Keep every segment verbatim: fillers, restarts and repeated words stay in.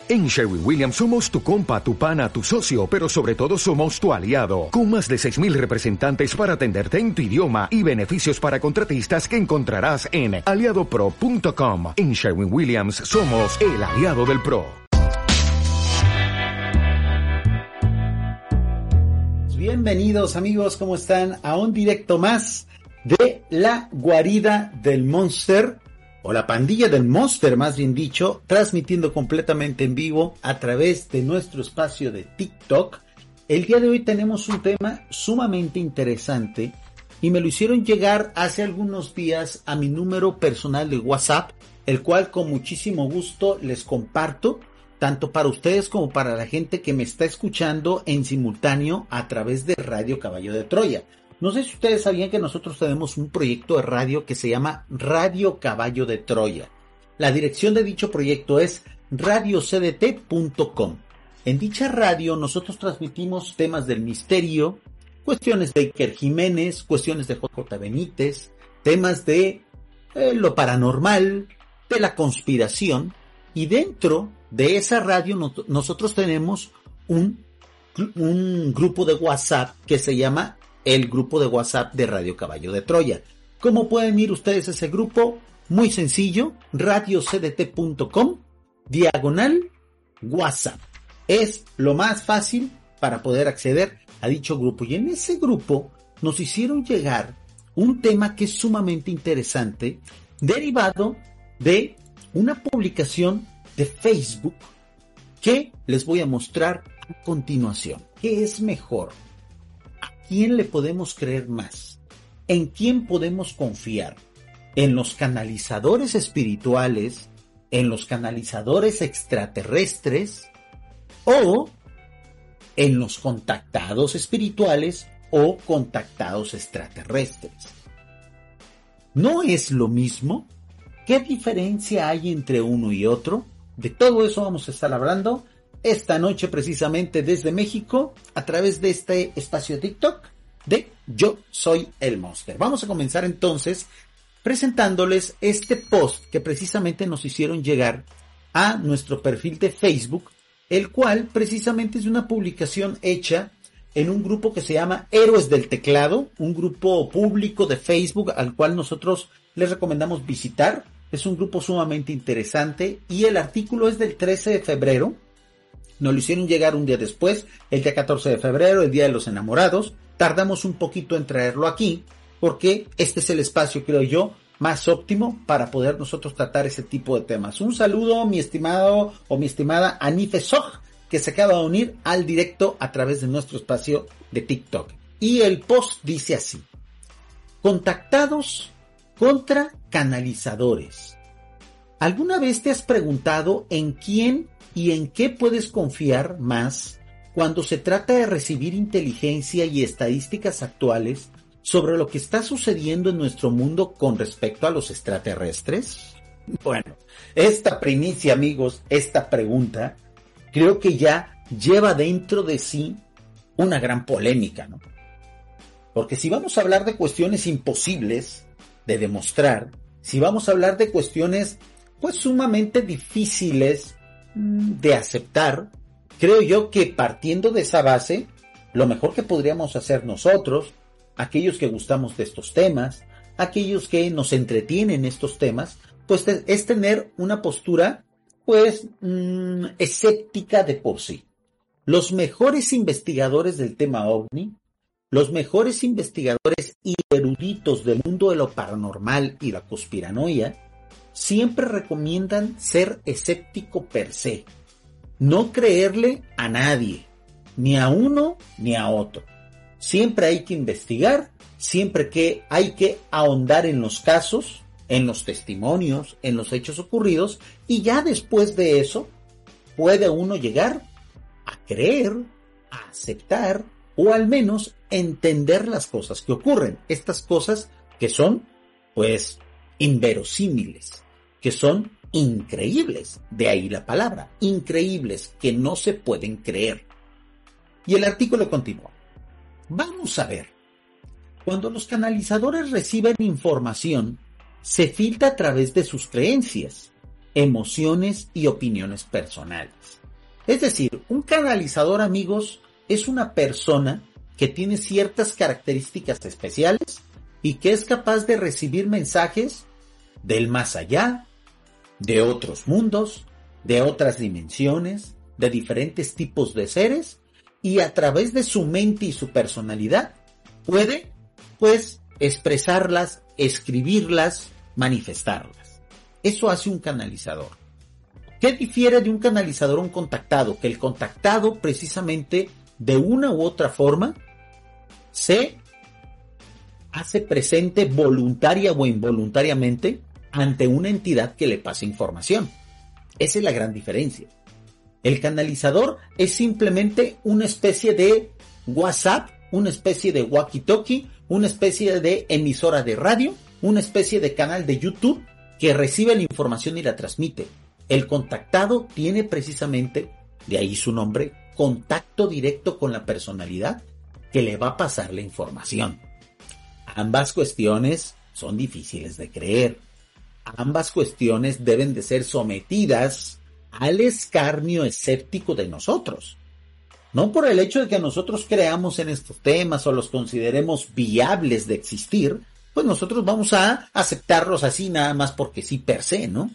En Sherwin-Williams somos tu compa, tu pana, tu socio, pero sobre todo somos tu aliado, con más de seis mil representantes para atenderte en tu idioma y beneficios para contratistas que encontrarás en aliado pro punto com. En Sherwin-Williams somos el aliado del pro. Bienvenidos amigos, ¿cómo están? A un directo más de la guarida del Monster, o la pandilla del Monster, más bien dicho, transmitiendo completamente en vivo a través de nuestro espacio de TikTok. El día de hoy tenemos un tema sumamente interesante y me lo hicieron llegar hace algunos días a mi número personal de WhatsApp, el cual con muchísimo gusto les comparto, tanto para ustedes como para la gente que me está escuchando en simultáneo a través de Radio Caballo de Troya. No sé si ustedes sabían que nosotros tenemos un proyecto de radio que se llama Radio Caballo de Troya. La dirección de dicho proyecto es radio c d t punto com. En dicha radio nosotros transmitimos temas del misterio, cuestiones de Iker Jiménez, cuestiones de J J Benítez, temas de eh, lo paranormal, de la conspiración, y dentro de esa radio no, nosotros tenemos un, un grupo de WhatsApp que se llama el grupo de WhatsApp de Radio Caballo de Troya. ¿Cómo pueden ir ustedes a ese grupo? Muy sencillo, radio c d t punto com, diagonal WhatsApp. Es lo más fácil para poder acceder a dicho grupo. Y en ese grupo nos hicieron llegar un tema que es sumamente interesante, derivado de una publicación de Facebook que les voy a mostrar a continuación. ¿Qué es mejor? ¿A quién le podemos creer más? ¿En quién podemos confiar? ¿En los canalizadores espirituales? ¿En los canalizadores extraterrestres? ¿O en los contactados espirituales o contactados extraterrestres? ¿No es lo mismo? ¿Qué diferencia hay entre uno y otro? De todo eso vamos a estar hablando esta noche precisamente desde México a través de este espacio TikTok de Yo Soy el Monster. Vamos a comenzar entonces presentándoles este post que precisamente nos hicieron llegar a nuestro perfil de Facebook, el cual precisamente es una publicación hecha en un grupo que se llama Héroes del Teclado, un grupo público de Facebook al cual nosotros les recomendamos visitar. Es un grupo sumamente interesante y el artículo es del trece de febrero. Nos lo hicieron llegar un día después, el día catorce de febrero, el Día de los Enamorados. Tardamos un poquito en traerlo aquí porque este es el espacio, creo yo, más óptimo para poder nosotros tratar ese tipo de temas. Un saludo, mi estimado o mi estimada Anife Soj, que se acaba de unir al directo a través de nuestro espacio de TikTok. Y el post dice así: contactados contra canalizadores. ¿Alguna vez te has preguntado en quién y en qué puedes confiar más cuando se trata de recibir inteligencia y estadísticas actuales sobre lo que está sucediendo en nuestro mundo con respecto a los extraterrestres? Bueno, esta primicia, amigos, esta pregunta, creo que ya lleva dentro de sí una gran polémica, ¿no? Porque si vamos a hablar de cuestiones imposibles de demostrar, si vamos a hablar de cuestiones pues sumamente difíciles de aceptar, creo yo que partiendo de esa base, lo mejor que podríamos hacer nosotros, aquellos que gustamos de estos temas, aquellos que nos entretienen estos temas, pues es tener una postura pues mmm, escéptica de por sí. Los mejores investigadores del tema ovni, los mejores investigadores y eruditos del mundo de lo paranormal y la conspiranoia siempre recomiendan ser escéptico per se, no creerle a nadie, ni a uno ni a otro. Siempre hay que investigar, siempre que hay que ahondar en los casos, en los testimonios, en los hechos ocurridos, y ya después de eso puede uno llegar a creer, a aceptar o al menos entender las cosas que ocurren. Estas cosas que son, pues, inverosímiles, que son increíbles. De ahí la palabra, increíbles, que no se pueden creer. Y el artículo continúa. Vamos a ver. Cuando los canalizadores reciben información, se filtra a través de sus creencias. emociones y opiniones personales. Es decir, un canalizador, amigos, es una persona que tiene ciertas características especiales y que es capaz de recibir mensajes del más allá, de otros mundos, de otras dimensiones, de diferentes tipos de seres, y a través de su mente y su personalidad puede, pues, expresarlas, escribirlas, manifestarlas. Eso hace un canalizador. ¿Qué difiere de un canalizador a un contactado? Que el contactado, precisamente, de una u otra forma, se hace presente voluntaria o involuntariamente ante una entidad que le pasa información. Esa es la gran diferencia. El canalizador es simplemente una especie de WhatsApp, una especie de walkie-talkie, una especie de emisora de radio, una especie de canal de YouTube que recibe la información y la transmite. El contactado tiene precisamente, de ahí su nombre, contacto directo con la personalidad que le va a pasar la información. Ambas cuestiones son difíciles de creer. Ambas cuestiones deben de ser sometidas al escarnio escéptico de nosotros. No por el hecho de que nosotros creamos en estos temas o los consideremos viables de existir, pues nosotros vamos a aceptarlos así nada más porque sí per se, ¿no?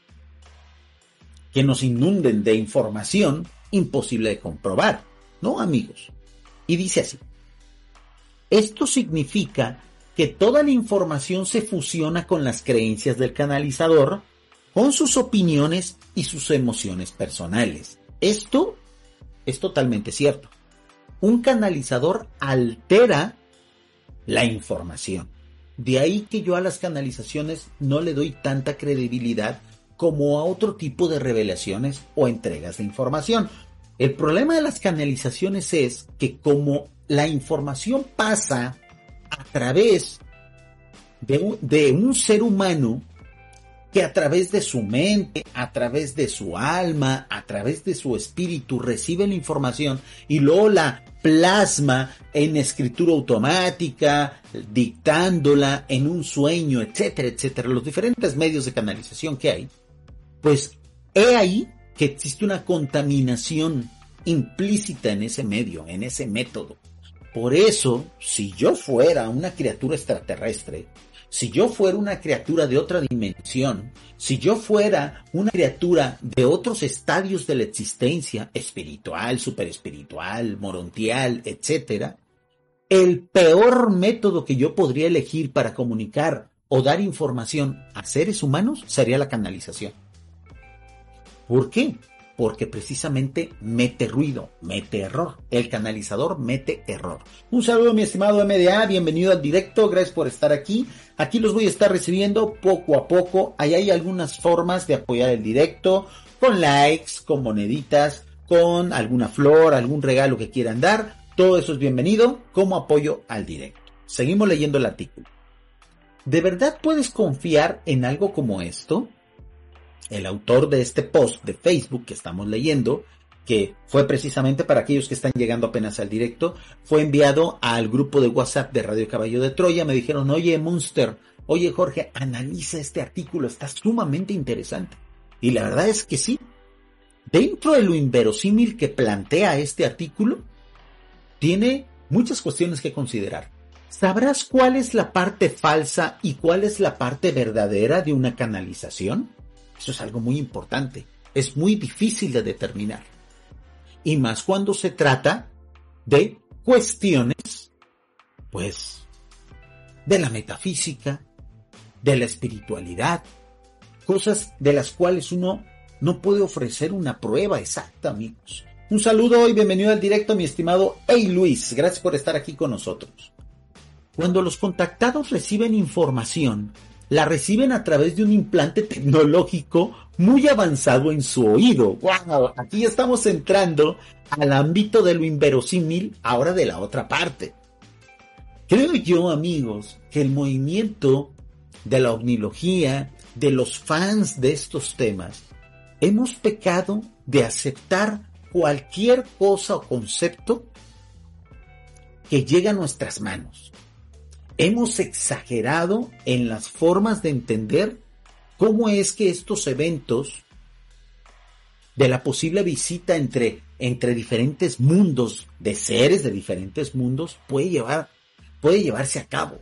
Que nos inunden de información imposible de comprobar, ¿no, amigos? Y dice así: esto significa que toda la información se fusiona con las creencias del canalizador, con sus opiniones y sus emociones personales. Esto es totalmente cierto. Un canalizador altera la información. De ahí que yo a las canalizaciones no le doy tanta credibilidad como a otro tipo de revelaciones o entregas de información. El problema de las canalizaciones es que como la información pasa a través de un, de un ser humano que a través de su mente, a través de su alma, a través de su espíritu recibe la información y luego la plasma en escritura automática, dictándola en un sueño, etcétera, etcétera, los diferentes medios de canalización que hay, pues he ahí que existe una contaminación implícita en ese medio, en ese método. Por eso, si yo fuera una criatura extraterrestre, si yo fuera una criatura de otra dimensión, si yo fuera una criatura de otros estadios de la existencia, espiritual, superespiritual, morontial, etcétera, el peor método que yo podría elegir para comunicar o dar información a seres humanos sería la canalización. ¿Por qué? Porque precisamente mete ruido, mete error. El canalizador mete error. Un saludo, mi estimado M D A, bienvenido al directo, gracias por estar aquí. Aquí los voy a estar recibiendo poco a poco. Ahí hay algunas formas de apoyar el directo, con likes, con moneditas, con alguna flor, algún regalo que quieran dar. Todo eso es bienvenido como apoyo al directo. Seguimos leyendo el artículo. ¿De verdad puedes confiar en algo como esto? El autor de este post de Facebook que estamos leyendo, que fue precisamente para aquellos que están llegando apenas al directo, fue enviado al grupo de WhatsApp de Radio Caballo de Troya. Me dijeron, oye Monster, oye Jorge, analiza este artículo, está sumamente interesante. Y la verdad es que sí. Dentro de lo inverosímil que plantea este artículo, tiene muchas cuestiones que considerar. ¿Sabrás cuál es la parte falsa y cuál es la parte verdadera de una canalización? Eso es algo muy importante, es muy difícil de determinar. Y más cuando se trata de cuestiones, pues, de la metafísica, de la espiritualidad, cosas de las cuales uno no puede ofrecer una prueba exacta, amigos. Un saludo y bienvenido al directo, mi estimado Hey Luis, gracias por estar aquí con nosotros. Cuando los contactados reciben información, la reciben a través de un implante tecnológico muy avanzado en su oído. ¡Wow! Aquí estamos entrando al ámbito de lo inverosímil, ahora de la otra parte. Creo yo, amigos, que el movimiento de la ovnilogía, de los fans de estos temas, hemos pecado de aceptar cualquier cosa o concepto que llegue a nuestras manos. Hemos exagerado en las formas de entender cómo es que estos eventos de la posible visita entre, entre diferentes mundos, de seres de diferentes mundos, puede llevar, puede llevarse a cabo.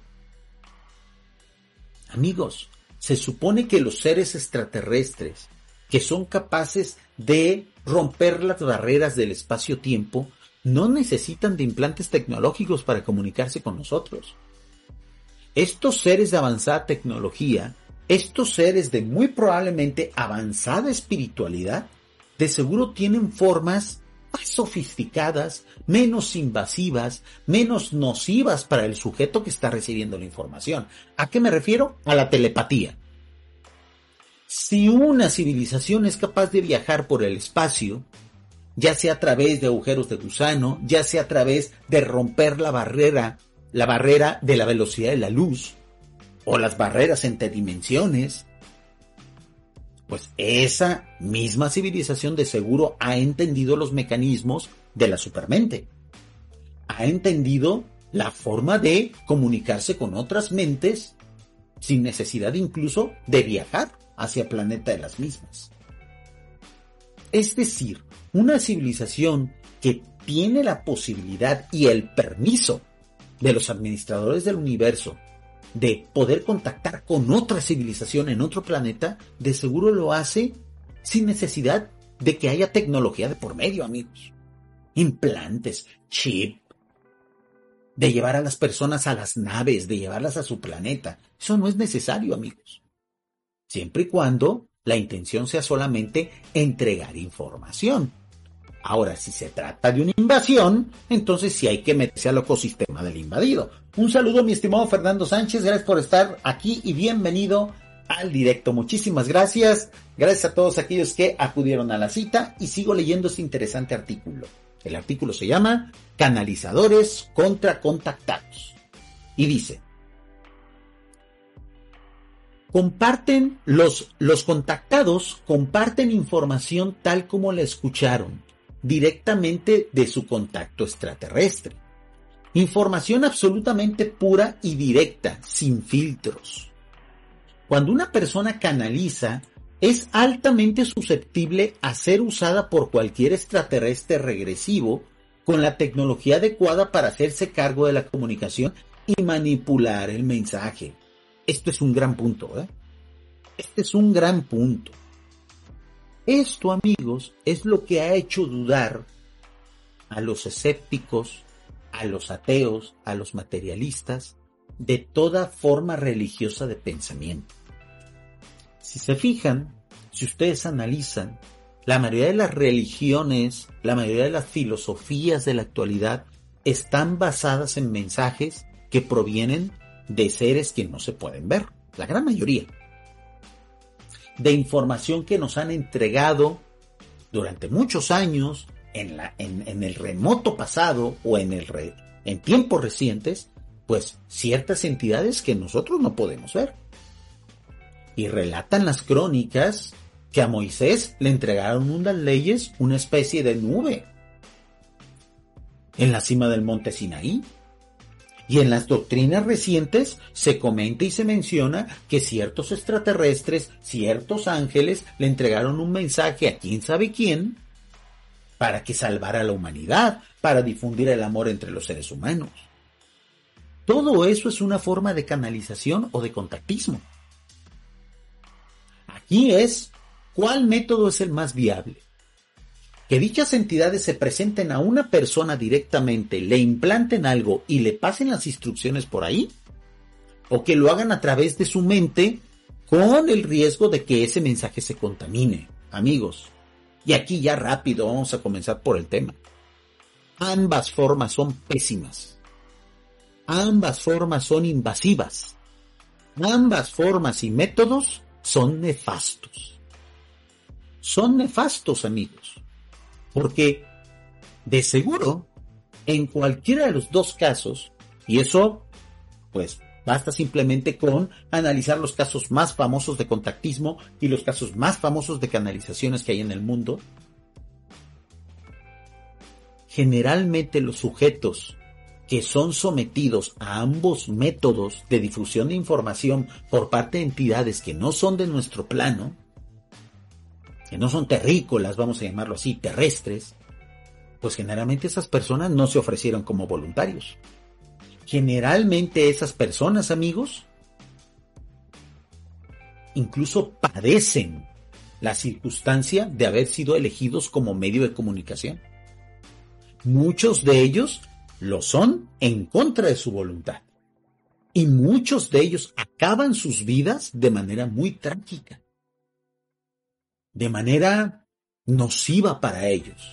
Amigos, se supone que los seres extraterrestres que son capaces de romper las barreras del espacio-tiempo no necesitan de implantes tecnológicos para comunicarse con nosotros. Estos seres de avanzada tecnología, estos seres de muy probablemente avanzada espiritualidad, de seguro tienen formas más sofisticadas, menos invasivas, menos nocivas para el sujeto que está recibiendo la información. ¿A qué me refiero? A la telepatía. Si una civilización es capaz de viajar por el espacio, ya sea a través de agujeros de gusano, ya sea a través de romper la barrera, la barrera de la velocidad de la luz, o las barreras entre dimensiones, pues esa misma civilización de seguro ha entendido los mecanismos de la supermente. Ha entendido la forma de comunicarse con otras mentes sin necesidad incluso de viajar hacia el planeta de las mismas. Es decir, una civilización que tiene la posibilidad y el permiso de los administradores del universo de poder contactar con otra civilización en otro planeta, de seguro lo hace sin necesidad de que haya tecnología de por medio, amigos. Implantes, chip, de llevar a las personas a las naves, de llevarlas a su planeta. Eso no es necesario, amigos. Siempre y cuando la intención sea solamente entregar información. Ahora, si se trata de una invasión, entonces sí hay que meterse al ecosistema del invadido. Un saludo, mi estimado Fernando Sánchez, gracias por estar aquí y bienvenido al directo. Muchísimas gracias. Gracias a todos aquellos que acudieron a la cita y sigo leyendo este interesante artículo. El artículo se llama Canalizadores contra Contactados. Y dice: comparten los, los contactados comparten información tal como la escucharon directamente de su contacto extraterrestre. Información absolutamente pura y directa, sin filtros. Cuando una persona canaliza, es altamente susceptible a ser usada por cualquier extraterrestre regresivo con la tecnología adecuada para hacerse cargo de la comunicación y manipular el mensaje. Esto es un gran punto, ¿eh? Este es un gran punto. Esto, amigos, es lo que ha hecho dudar a los escépticos, a los ateos, a los materialistas, de toda forma religiosa de pensamiento. Si se fijan, si ustedes analizan, la mayoría de las religiones, la mayoría de las filosofías de la actualidad están basadas en mensajes que provienen de seres que no se pueden ver, la gran mayoría. De información que nos han entregado durante muchos años, en, la, en, en el remoto pasado o en, el re, en tiempos recientes, pues ciertas entidades que nosotros no podemos ver. Y relatan las crónicas que a Moisés le entregaron unas leyes, una especie de nube, en la cima del monte Sinaí. Y en las doctrinas recientes se comenta y se menciona que ciertos extraterrestres, ciertos ángeles, le entregaron un mensaje a quién sabe quién para que salvara a la humanidad, para difundir el amor entre los seres humanos. Todo eso es una forma de canalización o de contactismo. Aquí es, ¿cuál método es el más viable? Que dichas entidades se presenten a una persona directamente, le implanten algo y le pasen las instrucciones por ahí, o que lo hagan a través de su mente con el riesgo de que ese mensaje se contamine. Amigos, y aquí ya rápido vamos a comenzar por el tema. Ambas formas son pésimas. Ambas formas son invasivas. Ambas formas y métodos son nefastos. Son nefastos, amigos. Porque, de seguro, en cualquiera de los dos casos, y eso, pues, basta simplemente con analizar los casos más famosos de contactismo y los casos más famosos de canalizaciones que hay en el mundo, generalmente los sujetos que son sometidos a ambos métodos de difusión de información por parte de entidades que no son de nuestro plano, que no son terrícolas, vamos a llamarlo así, terrestres, pues generalmente esas personas no se ofrecieron como voluntarios. Generalmente esas personas, amigos, incluso padecen la circunstancia de haber sido elegidos como medio de comunicación. Muchos de ellos lo son en contra de su voluntad. Y muchos de ellos acaban sus vidas de manera muy trágica, de manera nociva para ellos.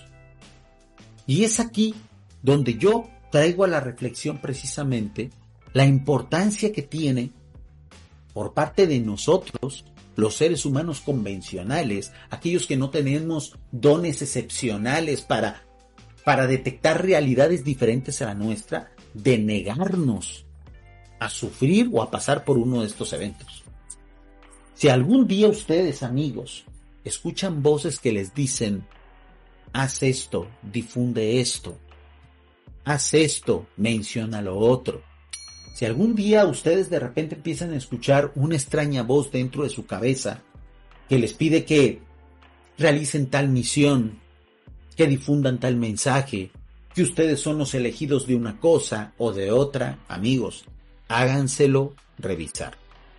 Y es aquí donde yo traigo a la reflexión precisamente la importancia que tiene por parte de nosotros, los seres humanos convencionales, aquellos que no tenemos dones excepcionales para, para detectar realidades diferentes a la nuestra, de negarnos a sufrir o a pasar por uno de estos eventos. Si algún día ustedes, amigos, escuchan voces que les dicen: haz esto, difunde esto, haz esto, menciona lo otro. Si algún día ustedes de repente empiezan a escuchar una extraña voz dentro de su cabeza que les pide que realicen tal misión, que difundan tal mensaje, que ustedes son los elegidos de una cosa o de otra, amigos, háganselo revisar.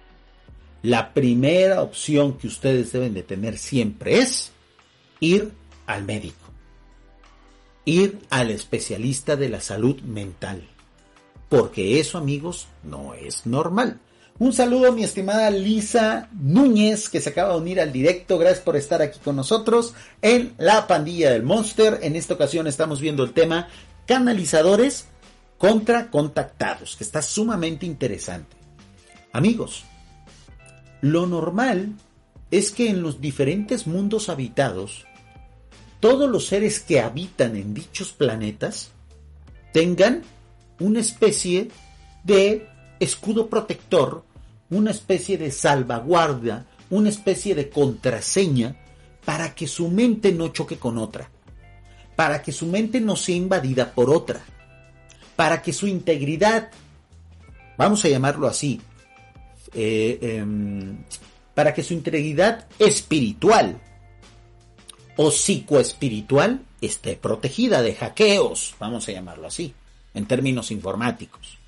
La primera opción que ustedes deben de tener siempre es ir al médico, ir al especialista de la salud mental, porque eso, amigos, no es normal. Un saludo a mi estimada Lisa Núñez, que se acaba de unir al directo. Gracias por estar aquí con nosotros en La Pandilla del Monster. En esta ocasión estamos viendo el tema canalizadores contra contactados, que está sumamente interesante. Amigos, lo normal es que en los diferentes mundos habitados, todos los seres que habitan en dichos planetas tengan una especie de escudo protector, una especie de salvaguardia, una especie de contraseña para que su mente no choque con otra, para que su mente no sea invadida por otra, para que su integridad, vamos a llamarlo así, eh, eh, para que su integridad espiritual o psicoespiritual esté protegida de hackeos, vamos a llamarlo así, en términos informáticos.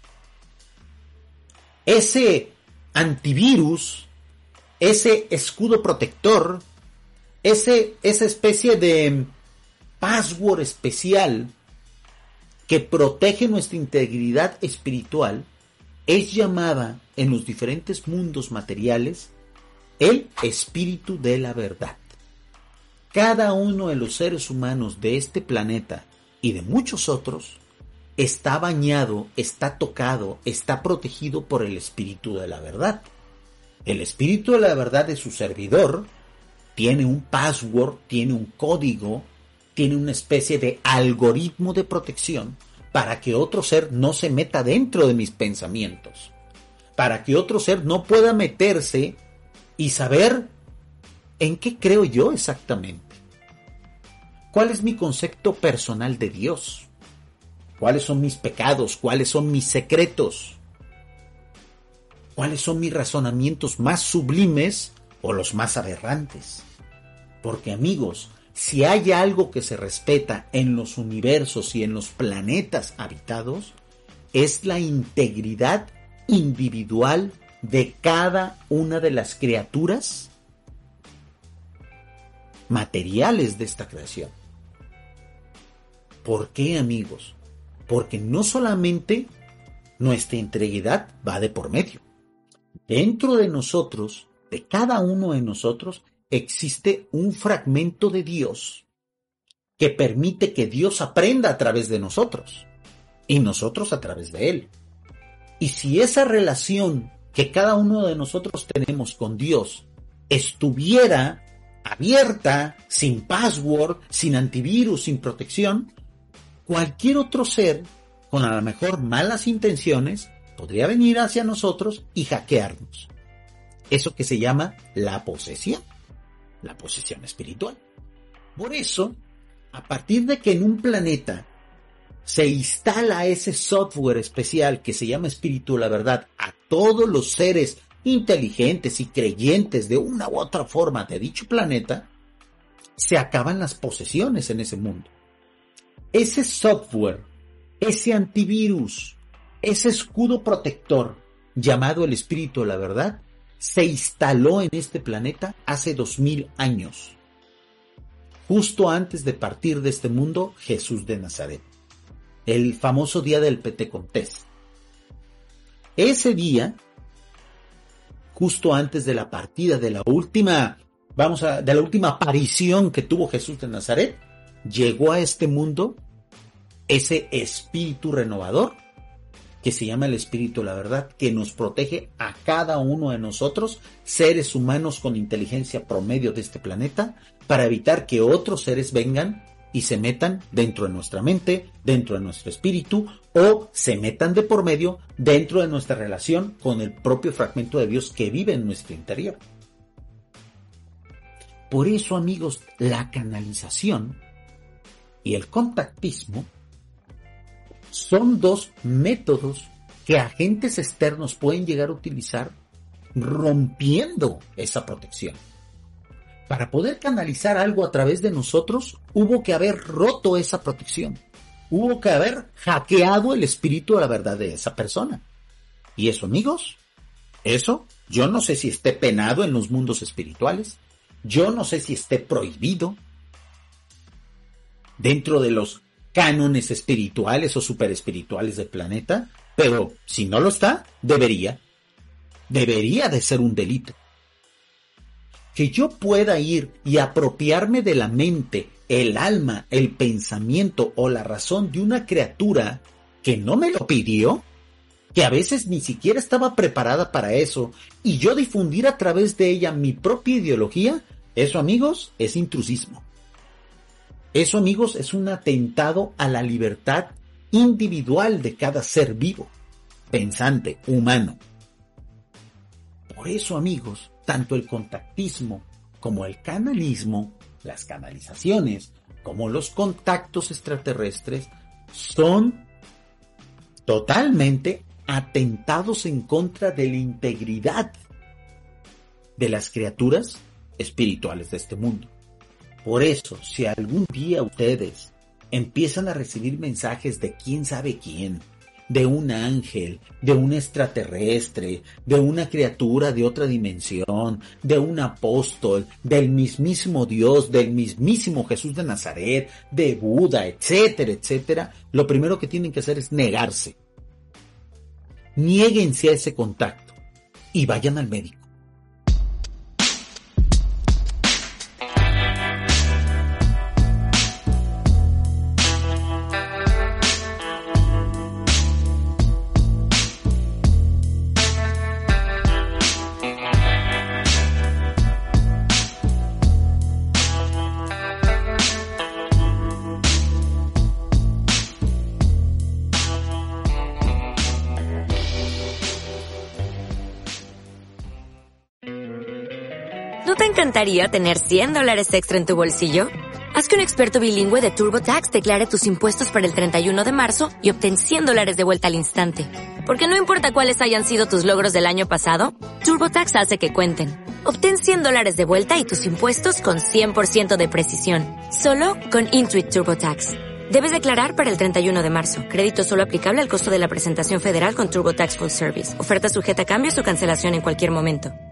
Ese antivirus, ese escudo protector, ese, esa especie de password especial que protege nuestra integridad espiritual, es llamada en los diferentes mundos materiales el espíritu de la verdad. Cada uno de los seres humanos de este planeta y de muchos otros está bañado, está tocado, está protegido por el espíritu de la verdad. El espíritu de la verdad de su servidor tiene un password, tiene un código, tiene una especie de algoritmo de protección para que otro ser no se meta dentro de mis pensamientos, para que otro ser no pueda meterse y saber en qué creo yo exactamente. ¿Cuál es mi concepto personal de Dios? ¿Cuáles son mis pecados? ¿Cuáles son mis secretos? ¿Cuáles son mis razonamientos más sublimes o los más aberrantes? Porque, amigos, si hay algo que se respeta en los universos y en los planetas habitados, es la integridad individual de cada una de las criaturas materiales de esta creación. ¿Por qué, amigos? Porque no solamente nuestra integridad va de por medio. Dentro de nosotros, de cada uno de nosotros, existe un fragmento de Dios que permite que Dios aprenda a través de nosotros y nosotros a través de Él. Y si esa relación que cada uno de nosotros tenemos con Dios estuviera abierta, sin password, sin antivirus, sin protección, cualquier otro ser, con a lo mejor malas intenciones, podría venir hacia nosotros y hackearnos. Eso que se llama la posesión, la posesión espiritual. Por eso, a partir de que en un planeta se instala ese software especial que se llama Espíritu de la Verdad a todos los seres inteligentes y creyentes de una u otra forma de dicho planeta, se acaban las posesiones en ese mundo. Ese software, ese antivirus, ese escudo protector llamado el Espíritu de la Verdad, se instaló en este planeta hace dos mil años, justo antes de partir de este mundo Jesús de Nazaret, el famoso día del Pentecostés. Ese día, justo antes de la partida de la última, vamos a, de la última aparición que tuvo Jesús de Nazaret, llegó a este mundo ese espíritu renovador que se llama el Espíritu de la Verdad, que nos protege a cada uno de nosotros, seres humanos con inteligencia promedio de este planeta, para evitar que otros seres vengan y se metan dentro de nuestra mente, dentro de nuestro espíritu, o se metan de por medio dentro de nuestra relación con el propio fragmento de Dios que vive en nuestro interior. Por eso, amigos, la canalización y el contactismo son dos métodos que agentes externos pueden llegar a utilizar rompiendo esa protección. Para poder canalizar algo a través de nosotros, hubo que haber roto esa protección. Hubo que haber hackeado el espíritu de la verdad de esa persona. Y eso, amigos, eso yo no sé si esté penado en los mundos espirituales. Yo no sé si esté prohibido dentro de los cánones espirituales o superespirituales del planeta, pero si no lo está, debería. Debería de ser un delito. Que yo pueda ir y apropiarme de la mente, el alma, el pensamiento o la razón de una criatura que no me lo pidió, que a veces ni siquiera estaba preparada para eso, y yo difundir a través de ella mi propia ideología, eso, amigos, es intrusismo. Eso, amigos, es un atentado a la libertad individual de cada ser vivo, pensante, humano. Por eso, amigos, tanto el contactismo como el canalismo, las canalizaciones, como los contactos extraterrestres, son totalmente atentados en contra de la integridad de las criaturas espirituales de este mundo. Por eso, si algún día ustedes empiezan a recibir mensajes de quién sabe quién, de un ángel, de un extraterrestre, de una criatura de otra dimensión, de un apóstol, del mismísimo Dios, del mismísimo Jesús de Nazaret, de Buda, etcétera, etcétera, lo primero que tienen que hacer es negarse. Niéguense a ese contacto y vayan al médico. ¿No te encantaría tener cien dólares extra en tu bolsillo? Haz que un experto bilingüe de TurboTax declare tus impuestos para el treinta y uno de marzo y obtén cien dólares de vuelta al instante. Porque no importa cuáles hayan sido tus logros del año pasado, TurboTax hace que cuenten. Obtén cien dólares de vuelta y tus impuestos con cien por ciento de precisión. Solo con Intuit TurboTax. Debes declarar para el treinta y uno de marzo. Crédito solo aplicable al costo de la presentación federal con TurboTax Full Service. Oferta sujeta a cambios o cancelación en cualquier momento.